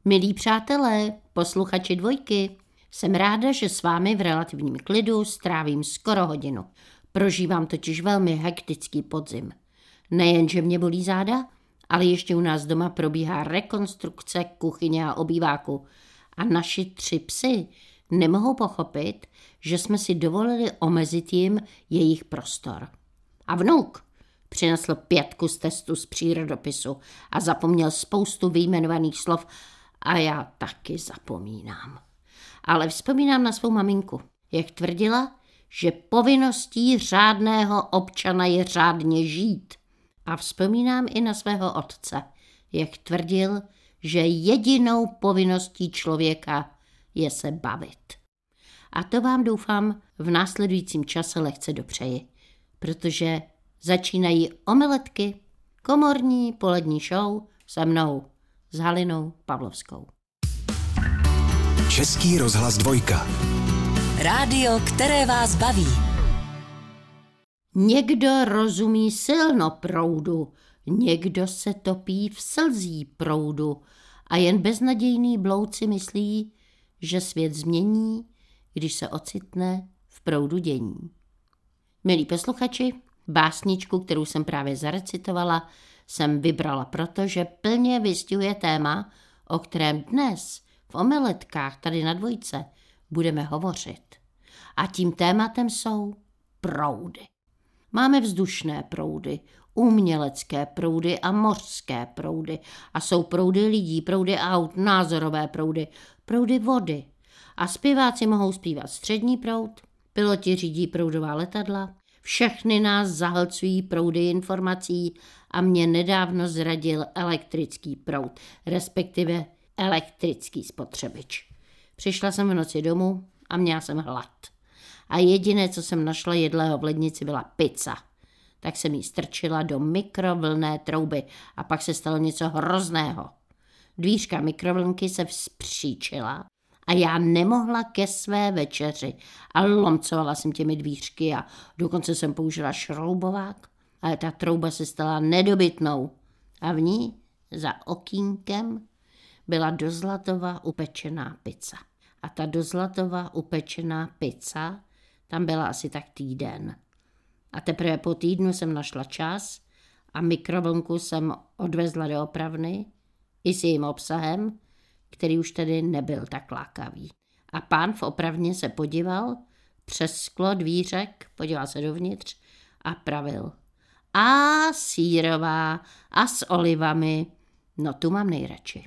Milí přátelé, posluchači Dvojky, jsem ráda, že s vámi v relativním klidu strávím skoro hodinu. Prožívám totiž velmi hektický podzim. Nejenže mě bolí záda, ale ještě u nás doma probíhá rekonstrukce kuchyně a obýváku. A naši 3 psy nemohou pochopit, že jsme si dovolili omezit jim jejich prostor. A vnuk přinesl 5 kus testu z přírodopisu a zapomněl spoustu vyjmenovaných slov a já taky zapomínám. Ale vzpomínám na svou maminku, jak tvrdila, že povinností řádného občana je řádně žít. A vzpomínám i na svého otce, jak tvrdil, že jedinou povinností člověka je se bavit. A to vám doufám v následujícím čase lehce dopřeji, protože začínají Omeletky, komorní polední show se mnou, s Halinou Pavlovskou. Český rozhlas Dvojka. Rádio, které vás baví. Někdo rozumí silno proudu, někdo se topí v slzí proudu a jen beznadějný bloud si myslí, že svět změní, když se ocitne v proudu dění. Milí posluchači, básničku, kterou jsem právě zarecitovala, jsem vybrala proto, že plně vystihuje téma, o kterém dnes v Omeletkách tady na Dvojce budeme hovořit. A tím tématem jsou proudy. Máme vzdušné proudy, umělecké proudy a mořské proudy. A jsou proudy lidí, proudy aut, názorové proudy, proudy vody. A zpěváci mohou zpívat střední proud, piloti řídí proudová letadla, všechny nás zahlcují proudy informací a mě nedávno zradil elektrický proud, respektive elektrický spotřebič. Přišla jsem v noci domů a měla jsem hlad. A jediné, co jsem našla jedlého v lednici, byla pizza. Tak jsem ji strčila do mikrovlnné trouby a pak se stalo něco hrozného. Dvířka mikrovlnky se vzpříčila a já nemohla ke své večeři a lomcovala jsem těmi dvířky a dokonce jsem použila šroubovák, ale ta trouba se stala nedobytnou a v ní za okýnkem byla do zlatova upečená pizza. A ta do zlatova upečená pizza tam byla asi tak týden. A teprve po týdnu jsem našla čas a mikrovlnku jsem odvezla do opravny i s jejím obsahem, který už tedy nebyl tak lákavý. A pán v opravně se podíval přes sklo dvířek, podíval se dovnitř a pravil. A sýrová a s olivami, no tu mám nejradši.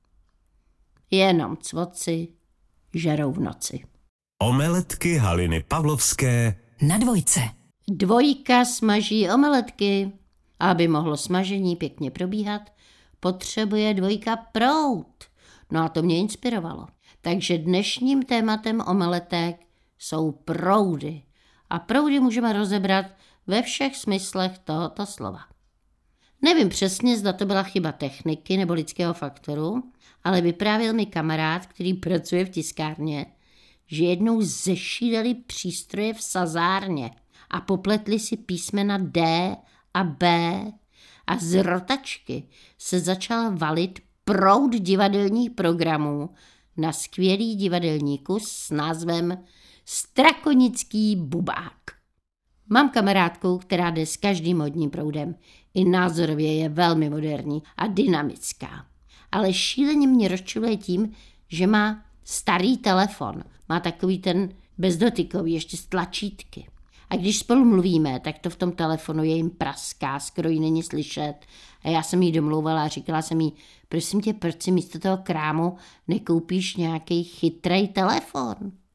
Jenom cvoci žerou v noci. Omeletky Haliny Pavlovské Na Dvojce. Dvojka smaží omeletky. Aby mohlo smažení pěkně probíhat, potřebuje Dvojka proud. No a to mě inspirovalo. Takže dnešním tématem omeletek jsou proudy. A proudy můžeme rozebrat ve všech smyslech tohoto slova. Nevím přesně, zda to byla chyba techniky nebo lidského faktoru, ale vyprávěl mi kamarád, který pracuje v tiskárně, že jednou zešíleli přístroje v sazárně a popletli si písmena D a B a z rotačky se začal valit proud divadelních programů na skvělý divadelní kus s názvem Strakonický bubák. Mám kamarádku, která jde s každým modním proudem. I názorově je velmi moderní a dynamická. Ale šíleně mě rozčiluje tím, že má starý telefon. Má takový ten bezdotykový, ještě s tlačítky. A když spolu mluvíme, tak to v tom telefonu je jim praská, skoro ji není slyšet. A já jsem jí domlouvala a říkala jsem jí, prosím tě, proč si místo toho krámu nekoupíš nějaký chytrej telefon?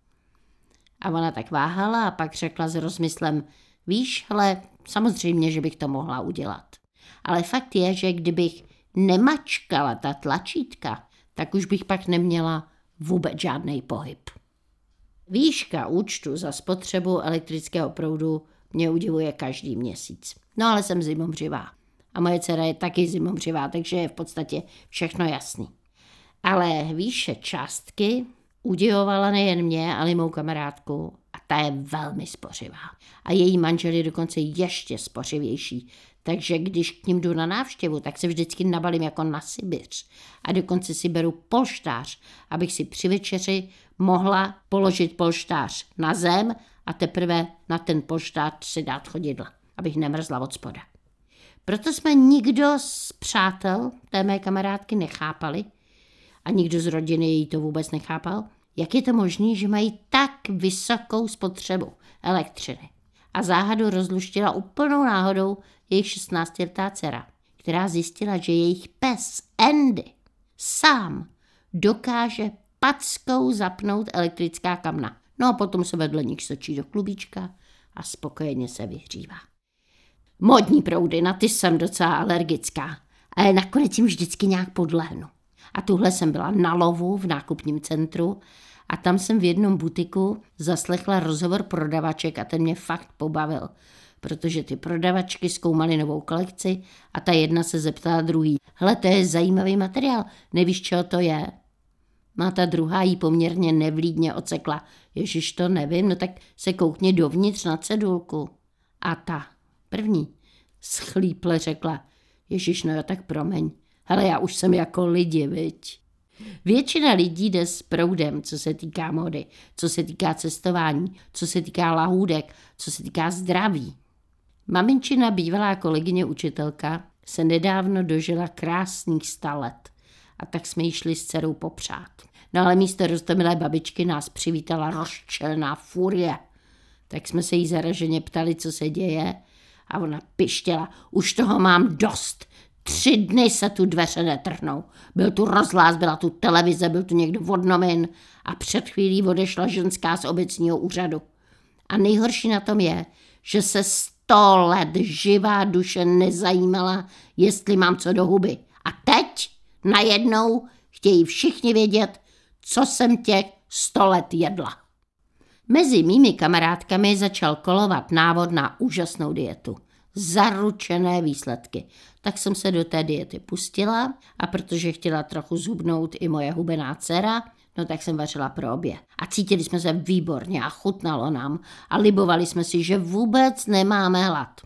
A ona tak váhala a pak řekla s rozmyslem, víš, hele, samozřejmě, že bych to mohla udělat. Ale fakt je, že kdybych nemačkala ta tlačítka, tak už bych pak neměla vůbec žádný pohyb. Výška účtu za spotřebu elektrického proudu mě udivuje každý měsíc. No ale jsem zimomřivá. A moje dcera je taky zimomřivá, takže je v podstatě všechno jasný. Ale výše částky udivovala nejen mě, ale i mou kamarádku a ta je velmi spořivá. A její manžel je dokonce ještě spořivější. Takže když k ním jdu na návštěvu, tak se vždycky nabalím jako na Sibiř. A dokonce si beru polštář, abych si při večeři mohla položit polštář na zem a teprve na ten polštář si dát chodidla, abych nemrzla od spoda. Proto jsme nikdo z přátel té mé kamarádky nechápali a nikdo z rodiny jí to vůbec nechápal, jak je to možné, že mají tak vysokou spotřebu elektřiny. A záhadu rozluštila úplnou náhodou jejich 16letá dcera, která zjistila, že jejich pes Andy sám dokáže packou zapnout elektrická kamna. No a potom se vedle nich sočí do klubíčka a spokojeně se vyhřívá. Modní proudy, na ty jsem docela alergická, ale nakonec jim vždycky nějak podlehnu. A tuhle jsem byla na lovu v nákupním centru a tam jsem v jednom butiku zaslechla rozhovor prodavaček a ten mě fakt pobavil, protože ty prodavačky zkoumaly novou kolekci a ta jedna se zeptala druhý: hele, to je zajímavý materiál, nevíš, čeho to je? No a ta druhá jí poměrně nevlídně ocekla: ježiš, to nevím, no tak se koukni dovnitř na cedulku. A ta první schlíple řekla: ježiš, no jo, tak promiň, hele, já už jsem jako lidi, viď? Většina lidí jde s proudem, co se týká módy, co se týká cestování, co se týká lahůdek, co se týká zdraví. Maminčina, bývalá kolegyně učitelka, se nedávno dožila krásných 100 let a tak jsme jí šli s dcerou popřát. No ale místo roztomilé babičky nás přivítala rozčilná furie. Tak jsme se jí zaraženě ptali, co se děje, a ona pištěla: už toho mám dost. 3 dny se tu dveře netrhnou. Byl tu rozhlas, byla tu televize, byl tu někdo od novin a před chvílí odešla ženská z obecního úřadu. A nejhorší na tom je, že se 100 let živá duše nezajímala, jestli mám co do huby. A teď najednou chtějí všichni vědět, co jsem těch 100 let jedla. Mezi mými kamarádkami začal kolovat návod na úžasnou dietu. Zaručené výsledky. Tak jsem se do té diety pustila a protože chtěla trochu zhubnout i moje hubená dcera, no tak jsem vařila pro obě. A cítili jsme se výborně a chutnalo nám a libovali jsme si, že vůbec nemáme hlad.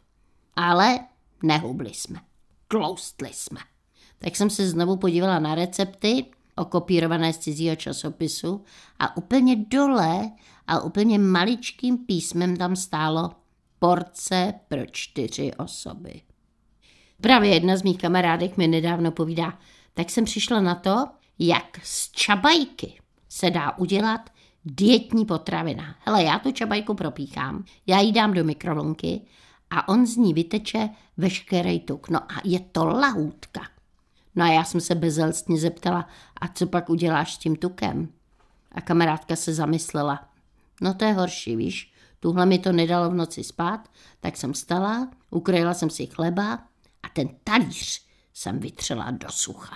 Ale nehubli jsme. Tloustli jsme. Tak jsem se znovu podívala na recepty, okopírované z cizího časopisu a úplně dole a úplně maličkým písmem tam stálo: porce pro 4 osoby. Právě jedna z mých kamarádek mi nedávno povídá: tak jsem přišla na to, jak z čabajky se dá udělat dietní potravina. Hele, já tu čabajku propíchám, já ji dám do mikrovlnky a on z ní vyteče veškerý tuk. No a je to lahůdka. No a já jsem se bezelstně zeptala: a co pak uděláš s tím tukem? A kamarádka se zamyslela: no to je horší, víš, tuhle mi to nedalo v noci spát, tak jsem vstala, ukrojila jsem si chleba a ten talíř jsem vytřela do sucha.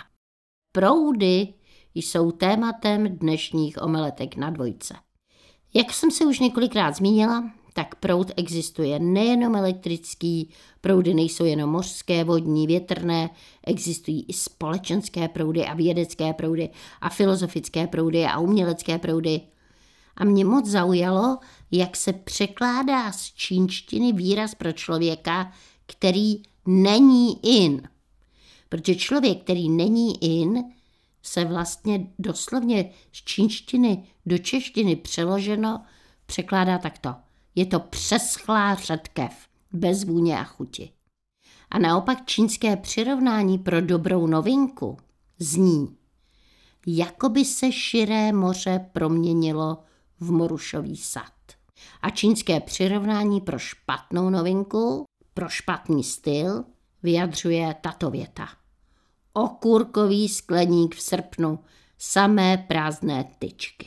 Proudy jsou tématem dnešních omeletek na dvojce. Jak jsem se už několikrát zmínila, tak proud existuje nejenom elektrický, proudy nejsou jenom mořské, vodní, větrné, existují i společenské proudy a vědecké proudy a filozofické proudy a umělecké proudy. A mě moc zaujalo, jak se překládá z čínštiny výraz pro člověka, který není in. Protože člověk, který není in, se vlastně doslovně z čínštiny do češtiny přeloženo překládá takto: je to přeschlá řetkev, bez vůně a chuti. A naopak čínské přirovnání pro dobrou novinku zní: jako by se širé moře proměnilo v morušový sad. A čínské přirovnání pro špatnou novinku, pro špatný styl, vyjadřuje tato věta: okurkový skleník v srpnu, samé prázdné tyčky.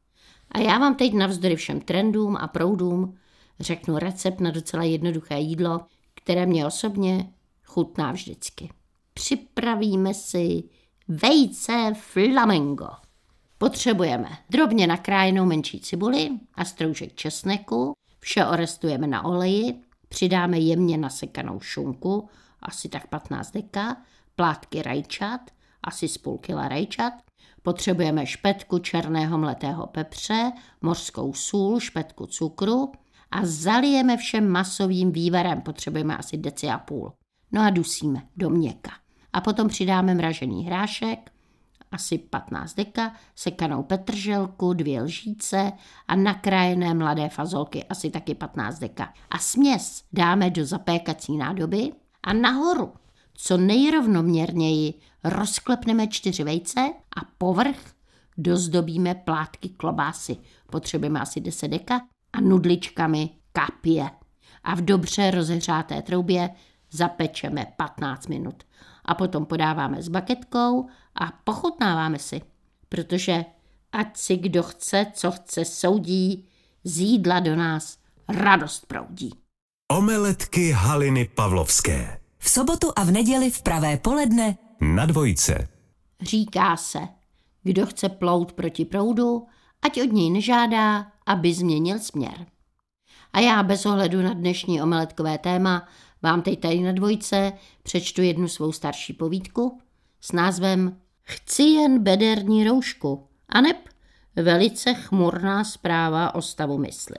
A já vám teď navzdory všem trendům a proudům řeknu recept na docela jednoduché jídlo, které mě osobně chutná vždycky. Připravíme si vejce flamengo. Potřebujeme drobně nakrájenou menší cibuli a stroužek česneku, vše orestujeme na oleji, přidáme jemně nasekanou šunku, asi tak 15 deka, plátky rajčat, asi z půl kila rajčat, potřebujeme špetku černého mletého pepře, mořskou sůl, špetku cukru a zalijeme všem masovým vývarem, potřebujeme asi 1,5 deci. No a dusíme do měka. A potom přidáme mražený hrášek, asi 15 deka, sekanou petrželku, 2 lžíce a nakrájené mladé fazolky, asi taky 15 deka. A směs dáme do zapékací nádoby a nahoru co nejrovnoměrněji rozklepneme 4 vejce a povrch dozdobíme plátky klobásy. Potřebujeme asi 10 deka a nudličkami kapě. A v dobře rozehřáté troubě zapečeme 15 minut. A potom podáváme s baketkou a pochutnáváme si. Protože ať si kdo chce, co chce, soudí, z jídla do nás radost proudí. Omeletky Haliny Pavlovské. V sobotu a v neděli v pravé poledne Na Dvojce. Říká se, kdo chce plout proti proudu, ať od něj nežádá, aby změnil směr. A já bez ohledu na dnešní omeletkové téma vám teď tady na Dvojce přečtu jednu svou starší povídku s názvem Chci jen bederní roušku, aneb velice chmurná zpráva o stavu mysli.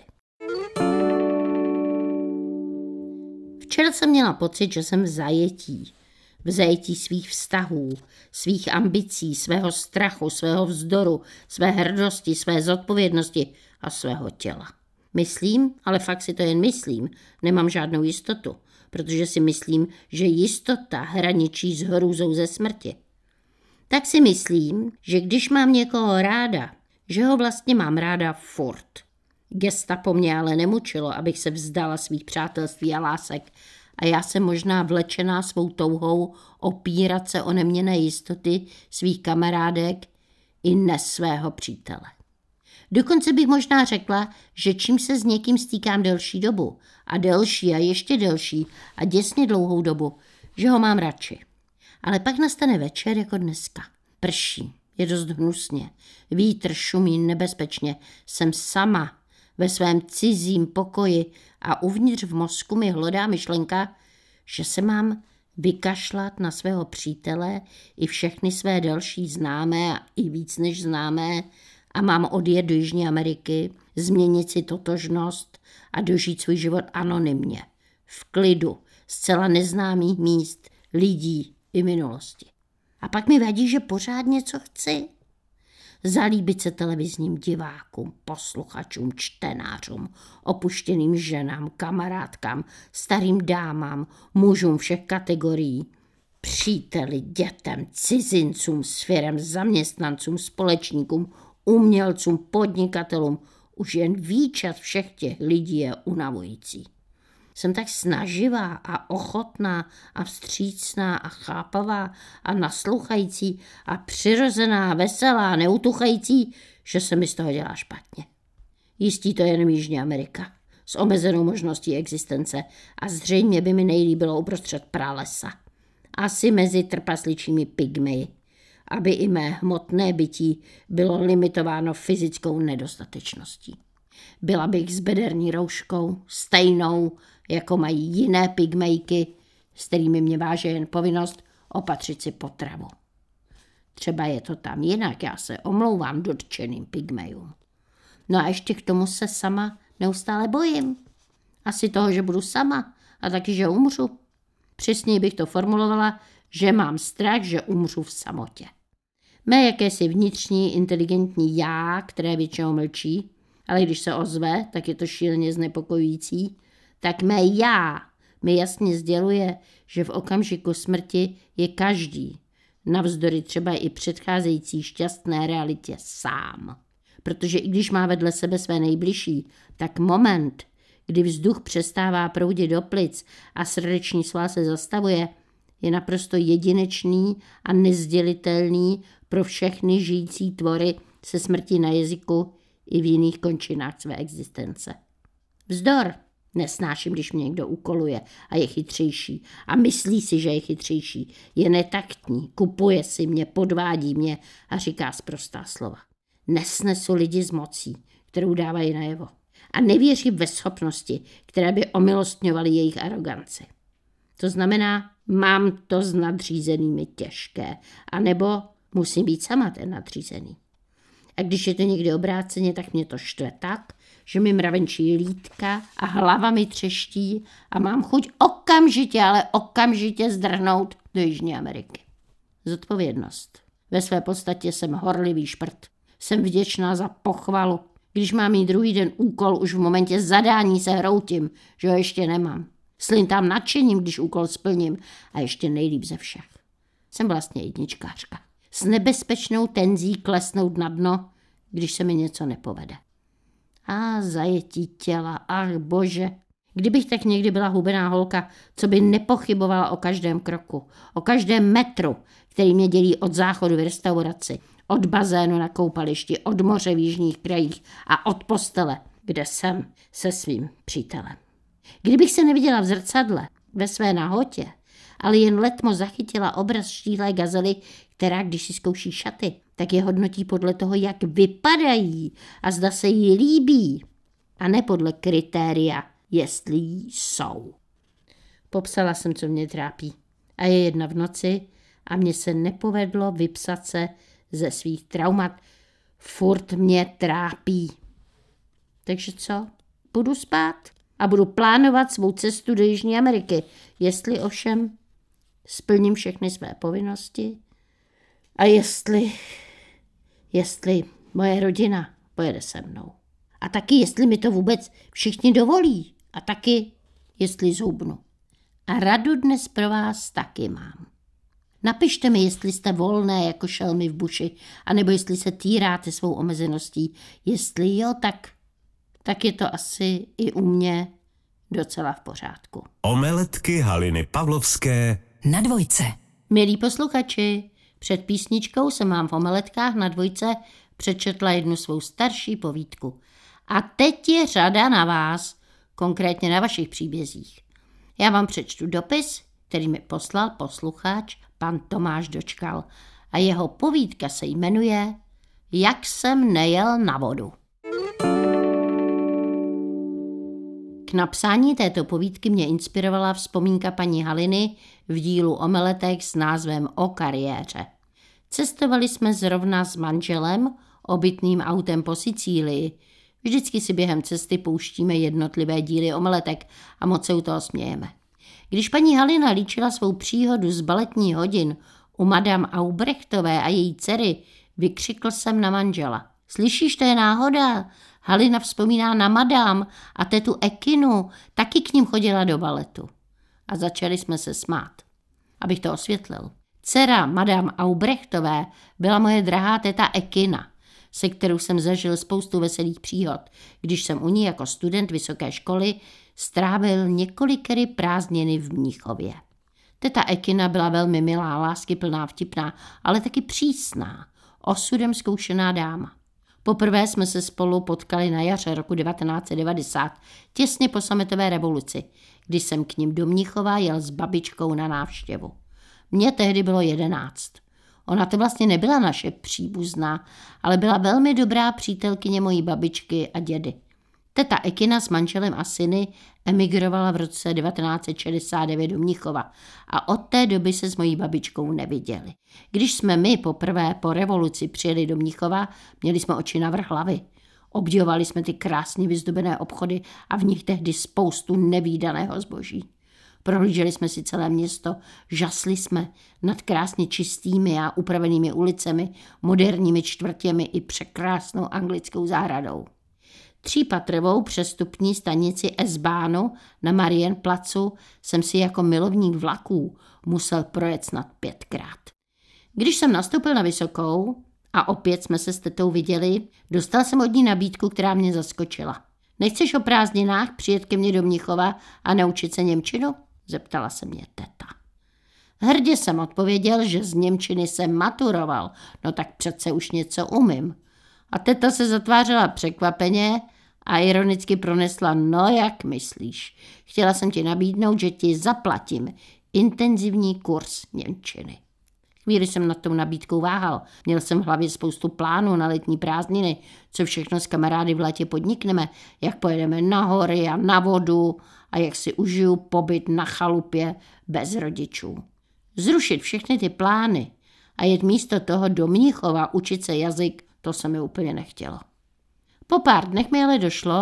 Včera jsem měla pocit, že jsem v zajetí svých vztahů, svých ambicí, svého strachu, svého vzdoru, své hrdosti, své zodpovědnosti a svého těla. Myslím, ale fakt si to jen myslím, nemám žádnou jistotu, protože si myslím, že jistota hraničí s hrůzou ze smrti. Tak si myslím, že když mám někoho ráda, že ho vlastně mám ráda furt. Gestapo mě ale nemučilo, abych se vzdala svých přátelství a lásek a já jsem možná vlečená svou touhou opírat se o neměnné jistoty svých kamarádek i ne svého přítele. Dokonce bych možná řekla, že čím se s někým stýkám delší dobu a delší a ještě delší a děsně dlouhou dobu, že ho mám radši. Ale pak nastane večer jako dneska. Prší, je dost hnusně, vítr šumí nebezpečně, jsem sama ve svém cizím pokoji a uvnitř v mozku mi hlodá myšlenka, že se mám vykašlat na svého přítele i všechny své další známé a i víc než známé a mám odjet do Jižní Ameriky, změnit si totožnost a dožít svůj život anonymně, v klidu, zcela neznámých míst, lidí i minulosti. A pak mi vadí, že pořád něco chci. Zalíbit se televizním divákům, posluchačům, čtenářům, opuštěným ženám, kamarádkám, starým dámám, mužům všech kategorií, příteli, dětem, cizincům, sférem, zaměstnancům, společníkům, umělcům, podnikatelům. Už jen výčet všech těch lidí je unavující. Jsem tak snaživá a ochotná a vstřícná a chápavá a naslouchající a přirozená, veselá, neutuchající, že se mi z toho dělá špatně. Jistí to jen Jižní Amerika s omezenou možností existence a zřejmě by mi nejlíbilo uprostřed pralesa. Asi mezi trpasličími pygmeji, aby i mé hmotné bytí bylo limitováno fyzickou nedostatečností. Byla bych s bederní rouškou, stejnou, jako mají jiné pygmejky, s kterými mě váže jen povinnost opatřit si potravu. Třeba je to tam jinak, já se omlouvám dotčeným pygmejům. No a ještě k tomu se sama neustále bojím. Asi toho, že budu sama a taky, že umřu. Přesněji bych to formulovala, že mám strach, že umřu v samotě. Mé jakési vnitřní inteligentní já, které většinou mlčí, ale když se ozve, tak je to šíleně znepokojující, tak mé já mi jasně sděluje, že v okamžiku smrti je každý, navzdory třeba i předcházející šťastné realitě, sám. Protože i když má vedle sebe své nejbližší, tak moment, kdy vzduch přestává proudit do plic a srdeční sval se zastavuje, je naprosto jedinečný a nezdělitelný pro všechny žijící tvory se smrtí na jazyku i v jiných končinách své existence. Vzdor. Nesnáším, když mě někdo úkoluje a je chytřejší a myslí si, že je chytřejší. Je netaktní, kupuje si mě, podvádí mě a říká sprostá slova. Nesnesu lidi s mocí, kterou dávají najevo. A nevěřím ve schopnosti, které by omilostňovaly jejich aroganci. To znamená, mám to s nadřízenými těžké, anebo musím být sama ten nadřízený. A když je to někdy obráceně, tak mě to štve tak, že mi mravenčí lítka a hlava mi třeští a mám chuť okamžitě, ale okamžitě zdrhnout do Jižní Ameriky. Zodpovědnost. Ve své podstatě jsem horlivý šprt. Jsem vděčná za pochvalu. Když mám mít druhý den úkol, už v momentě zadání se hroutím, že ho ještě nemám. Slintám nadšením, když úkol splním a ještě nejlíp ze všech. Jsem vlastně jedničkářka. S nebezpečnou tenzí klesnout na dno, když se mi něco nepovede. A zajetí těla, ach bože. Kdybych tak někdy byla hubená holka, co by nepochybovala o každém kroku, o každém metru, který mě dělí od záchodu v restauraci, od bazénu na koupališti, od moře v jižních krajích a od postele, kde jsem se svým přítelem. Kdybych se neviděla v zrcadle, ve své nahotě, ale jen letmo zachytila obraz štíhlé gazely, která, když si zkouší šaty, tak je hodnotí podle toho, jak vypadají a zda se jí líbí, a ne podle kritéria, jestli jsou. Popsala jsem, co mě trápí. A je 1 v noci a mně se nepovedlo vypsat se ze svých traumat. Furt mě trápí. Takže co? Budu spát a budu plánovat svou cestu do Jižní Ameriky, jestli ovšem splním všechny své povinnosti a jestli moje rodina pojede se mnou. A taky, jestli mi to vůbec všichni dovolí. A taky, jestli zhubnu. A radu dnes pro vás taky mám. Napište mi, jestli jste volné jako šelmy v buši, anebo jestli se týráte svou omezeností. Jestli jo, tak je to asi i u mě docela v pořádku. Omeletky Haliny Pavlovské Na dvojce. Milí posluchači, před písničkou jsem vám v Omeletkách na dvojce přečetla jednu svou starší povídku. A teď je řada na vás, konkrétně na vašich příbězích. Já vám přečtu dopis, který mi poslal posluchač pan Tomáš Dočkal. A jeho povídka se jmenuje Jak jsem nejel na vodu. K napsání této povídky mě inspirovala vzpomínka paní Haliny v dílu Omeletek s názvem O kariéře. Cestovali jsme zrovna s manželem obytným autem po Sicílii. Vždycky si během cesty pouštíme jednotlivé díly Omeletek a moc se u toho smějeme. Když paní Halina líčila svou příhodu z baletních hodin u madame Aubrechtové a její dcery, vykřikl jsem na manžela. Slyšíš, to je náhoda? Halina vzpomíná na madame a tetu Ekinu, taky k ním chodila do baletu. A začali jsme se smát. Abych to osvětlil. Dcera madame Aubrechtové byla moje drahá teta Ekina, se kterou jsem zažil spoustu veselých příhod, když jsem u ní jako student vysoké školy strávil několikerý prázdniny v Mnichově. Teta Ekina byla velmi milá, láskyplná, vtipná, ale taky přísná, osudem zkoušená dáma. Poprvé jsme se spolu potkali na jaře roku 1990, těsně po sametové revoluci, když jsem k nim do Mnichova jel s babičkou na návštěvu. Mně tehdy bylo 11. Ona to vlastně nebyla naše příbuzná, ale byla velmi dobrá přítelkyně mojí babičky a dědy. Teta Ekina s manželem a syny emigrovala v roce 1969 do Mnichova a od té doby se s mojí babičkou neviděli. Když jsme my poprvé po revoluci přijeli do Mnichova, měli jsme oči navrch hlavy. Obdivovali jsme ty krásně vyzdobené obchody a v nich tehdy spoustu nevídaného zboží. Prohlíželi jsme si celé město, žasli jsme nad krásně čistými a upravenými ulicemi, moderními čtvrtěmi i překrásnou anglickou zahradou. 3patrovou přestupní stanici S-Bahnu na Marienplatzu jsem si jako milovník vlaků musel projet snad 5krát. Když jsem nastoupil na vysokou a opět jsme se s tetou viděli, dostal jsem od ní nabídku, která mě zaskočila. Nechceš o prázdninách přijet ke mně do Mnichova a naučit se němčinu? Zeptala se mě teta. Hrdě jsem odpověděl, že z němčiny jsem maturoval, no tak přece už něco umím. A teta se zatvářela překvapeně a ironicky pronesla, no jak myslíš, chtěla jsem ti nabídnout, že ti zaplatím intenzivní kurz němčiny. Chvíli jsem nad tou nabídkou váhal, měl jsem v hlavě spoustu plánů na letní prázdniny, co všechno s kamarády v létě podnikneme, jak pojedeme na hory a na vodu a jak si užiju pobyt na chalupě bez rodičů. Zrušit všechny ty plány a jet místo toho do Mnichova učit se jazyk, to se mi úplně nechtělo. Po pár dnech mi ale došlo,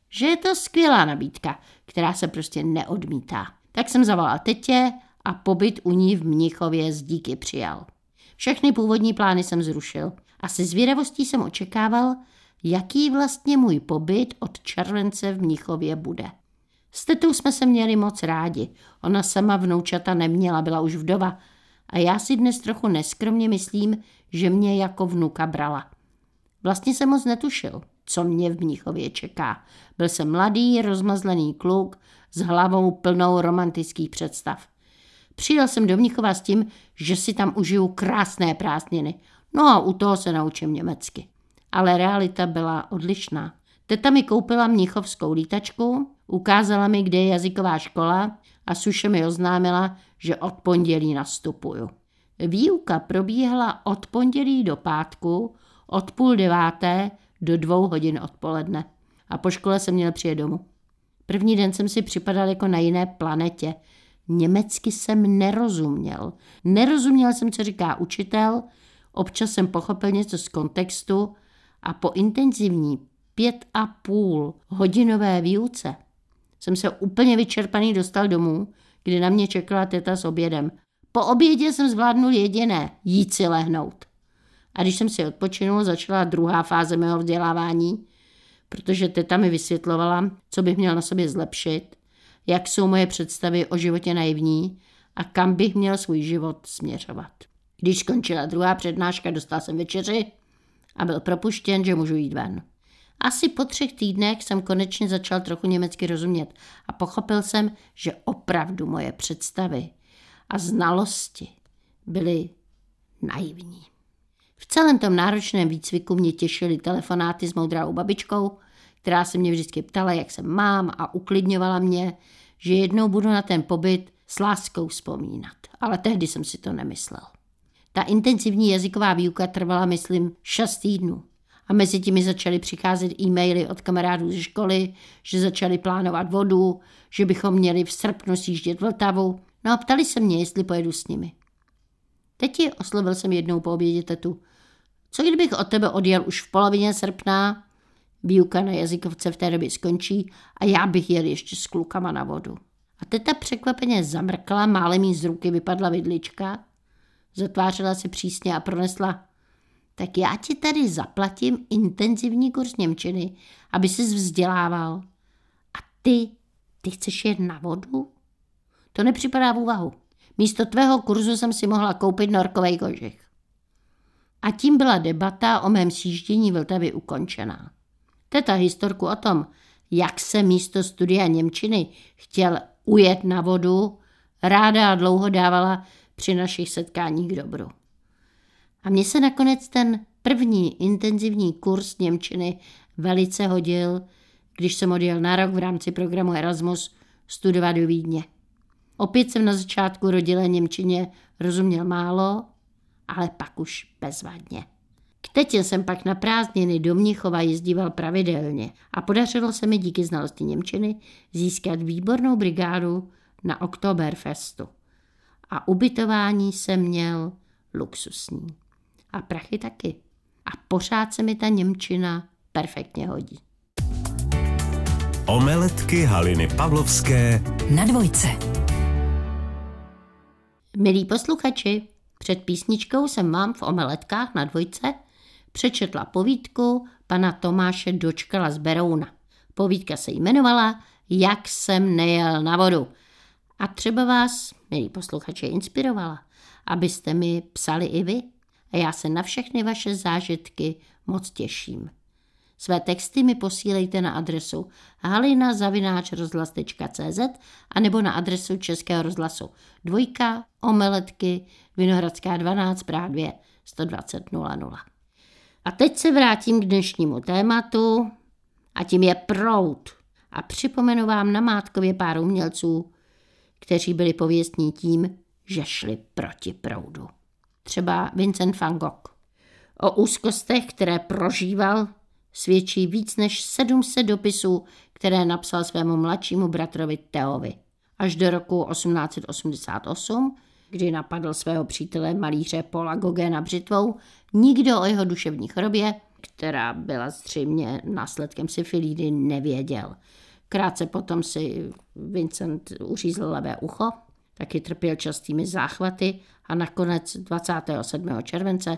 že je to skvělá nabídka, která se prostě neodmítá. Tak jsem zavolal tetě a pobyt u ní v Mnichově s díky přijal. Všechny původní plány jsem zrušil a se zvědavostí jsem očekával, jaký vlastně můj pobyt od července v Mnichově bude. S tetou jsme se měli moc rádi. Ona sama vnoučata neměla, byla už vdova. A já si dnes trochu neskromně myslím, že mě jako vnuka brala. Vlastně jsem moc netušil, co mě v Mnichově čeká. Byl jsem mladý, rozmazlený kluk s hlavou plnou romantických představ. Přijel jsem do Mnichova s tím, že si tam užiju krásné prázdniny. No a u toho se naučím německy. Ale realita byla odlišná. Teta mi koupila mnichovskou lítačku, ukázala mi, kde je jazyková škola a suše mi oznámila, že od pondělí nastupuju. Výuka probíhala od pondělí do pátku, od 8:30 do 2 hodin odpoledne. A po škole jsem měl přijet domů. První den jsem si připadal jako na jiné planetě. Německy jsem nerozuměl. Nerozuměl jsem, co říká učitel, občas jsem pochopil něco z kontextu a po intenzivní 5,5 hodinové výuce jsem se úplně vyčerpaný dostal domů, kde na mě čekala teta s obědem. Po obědě jsem zvládnul jediné, jít si lehnout. A když jsem si odpočinul, začala druhá fáze mého vzdělávání, protože teta mi vysvětlovala, co bych měl na sobě zlepšit, jak jsou moje představy o životě naivní a kam bych měl svůj život směřovat. Když skončila druhá přednáška, dostal jsem večeři a byl propuštěn, že můžu jít ven. Asi po 3 týdnech jsem konečně začal trochu německy rozumět a pochopil jsem, že opravdu moje představy a znalosti byly naivní. V celém tom náročném výcviku mě těšily telefonáty s moudrou babičkou, která se mě vždycky ptala, jak se mám a uklidňovala mě, že jednou budu na ten pobyt s láskou vzpomínat. Ale tehdy jsem si to nemyslel. Ta intenzivní jazyková výuka trvala, myslím, 6 týdnů. A mezi tím mi začaly přicházet e-maily od kamarádů ze školy, že začali plánovat vodu, že bychom měli v srpnu sjíždět Vltavu. No a ptali se mě, jestli pojedu s nimi. Teď oslovil jsem jednou po obědě tetu. Co kdybych od tebe odjel už v polovině srpna? Výuka na jazykovce v té době skončí a já bych jel ještě s klukama na vodu. A teta překvapeně zamrkla, málem jí z ruky vypadla vidlička, zatvářela se přísně a pronesla: tak já ti tady zaplatím intenzivní kurz němčiny, aby ses vzdělával. A ty chceš jet na vodu? To nepřipadá v úvahu. Místo tvého kurzu jsem si mohla koupit norkovej kožich. A tím byla debata o mém sjíždění Vltavy ukončená. Teta historku o tom, jak se místo studia němčiny chtěl ujet na vodu, ráda a dlouho dávala při našich setkáních k dobru. A mně se nakonec ten první intenzivní kurz němčiny velice hodil, když jsem odjel na rok v rámci programu Erasmus studovat do Vídně. Opět jsem na začátku rodilé němčině rozuměl málo, ale pak už bezvadně. K tetě jsem pak na prázdniny do Mnichova jezdíval pravidelně a podařilo se mi díky znalosti němčiny získat výbornou brigádu na Oktoberfestu. A ubytování jsem měl luxusní. A prachy taky. A pořád se mi ta němčina perfektně hodí. Omeletky Haliny Pavlovské na Dvojce. Milí posluchači, před písničkou jsem vám v Omeletkách na Dvojce přečetla povídku pana Tomáše Dočkala z Berouna. Povídka se jmenovala Jak jsem nejel na vodu. A třeba vás, milí posluchači, inspirovala, abyste mi psali i vy. A já se na všechny vaše zážitky moc těším. Své texty mi posílejte na adresu halina@rozhlas.cz a nebo na adresu Českého rozhlasu 2 Omeletky Vinohradská 12 Praha 2 120 00. A teď se vrátím k dnešnímu tématu a tím je proud. A připomenu vám namátkově pár umělců, kteří byli pověstní tím, že šli proti proudu. Třeba Vincent van Gogh. O úzkostech, které prožíval, svědčí víc než 700 dopisů, které napsal svému mladšímu bratrovi Theovi. Až do roku 1888, kdy napadl svého přítele malíře Paula Gauguina břitvou, nikdo o jeho duševní chorobě která byla zřejmě následkem syfilidy, nevěděl. Krátce potom si Vincent uřízl levé ucho, taky trpěl častými záchvaty a nakonec 27. července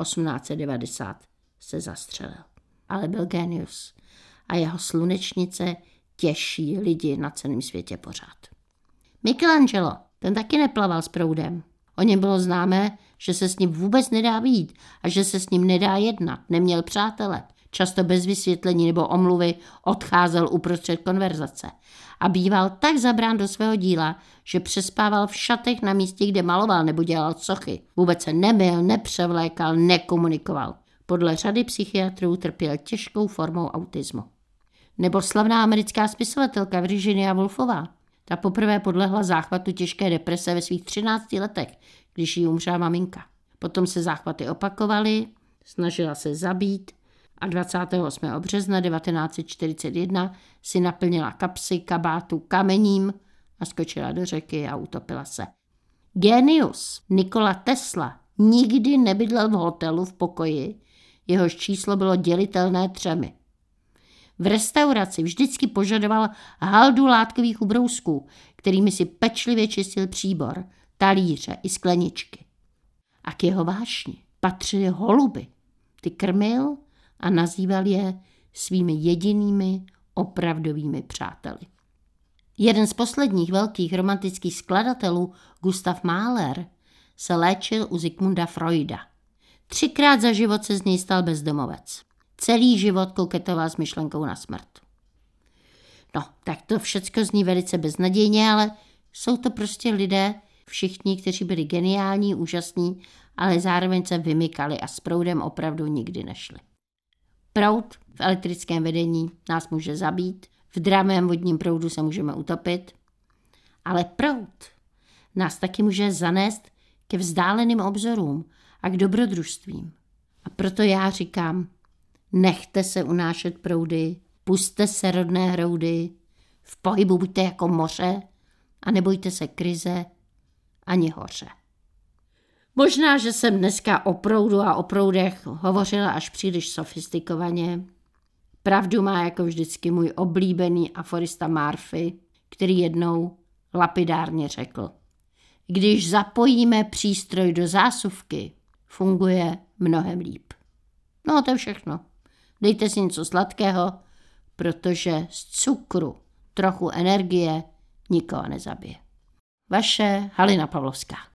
1890 se zastřelil. Ale byl génius a jeho slunečnice těší lidi na celém světě pořád. Michelangelo, ten taky neplaval s proudem. O něm bylo známé, že se s ním vůbec nedá vyjít a že se s ním nedá jednat. Neměl přátele. Často bez vysvětlení nebo omluvy odcházel uprostřed konverzace. A býval tak zabrán do svého díla, že přespával v šatech na místě, kde maloval nebo dělal sochy. Vůbec se nemyl, nepřevlékal, nekomunikoval. Podle řady psychiatrů trpěl těžkou formou autismu. Nebo slavná americká spisovatelka Virginia Woolfová. Ta poprvé podlehla záchvatu těžké deprese ve svých 13 letech, když jí umřela maminka. Potom se záchvaty opakovaly, snažila se zabít a 28. března 1941 si naplnila kapsy kabátu kamením a skočila do řeky a utopila se. Génius Nikola Tesla nikdy nebydlel v hotelu v pokoji, jehož číslo bylo dělitelné 3. V restauraci vždycky požadoval haldu látkových ubrousků, kterými si pečlivě čistil příbor, talíře i skleničky. A k jeho vášni patřily holuby. Ty krmil a nazýval je svými jedinými opravdovými přáteli. Jeden z posledních velkých romantických skladatelů, Gustav Mahler, se léčil u Sigmunda Freuda. 3krát za život se z něj stal bezdomovec. Celý život koketoval s myšlenkou na smrt. No, tak to všecko zní velice beznadějně, ale jsou to prostě lidé, všichni, kteří byli geniální, úžasní, ale zároveň se vymykali a s proudem opravdu nikdy nešli. Proud v elektrickém vedení nás může zabít, v dravém vodním proudu se můžeme utopit, ale proud nás taky může zanést ke vzdáleným obzorům a k dobrodružstvím. A proto já říkám, nechte se unášet proudy, pusťte se rodné hroudy, v pohybu buďte jako moře a nebojte se krize ani hoře. Možná, že jsem dneska o proudu a o proudech hovořila až příliš sofistikovaně. Pravdu má jako vždycky můj oblíbený aforista Murphy, který jednou lapidárně řekl: když zapojíme přístroj do zásuvky, funguje mnohem líp. No to je všechno. Dejte si něco sladkého, protože z cukru trochu energie nikoho nezabije. Vaše Halina Pavlovská.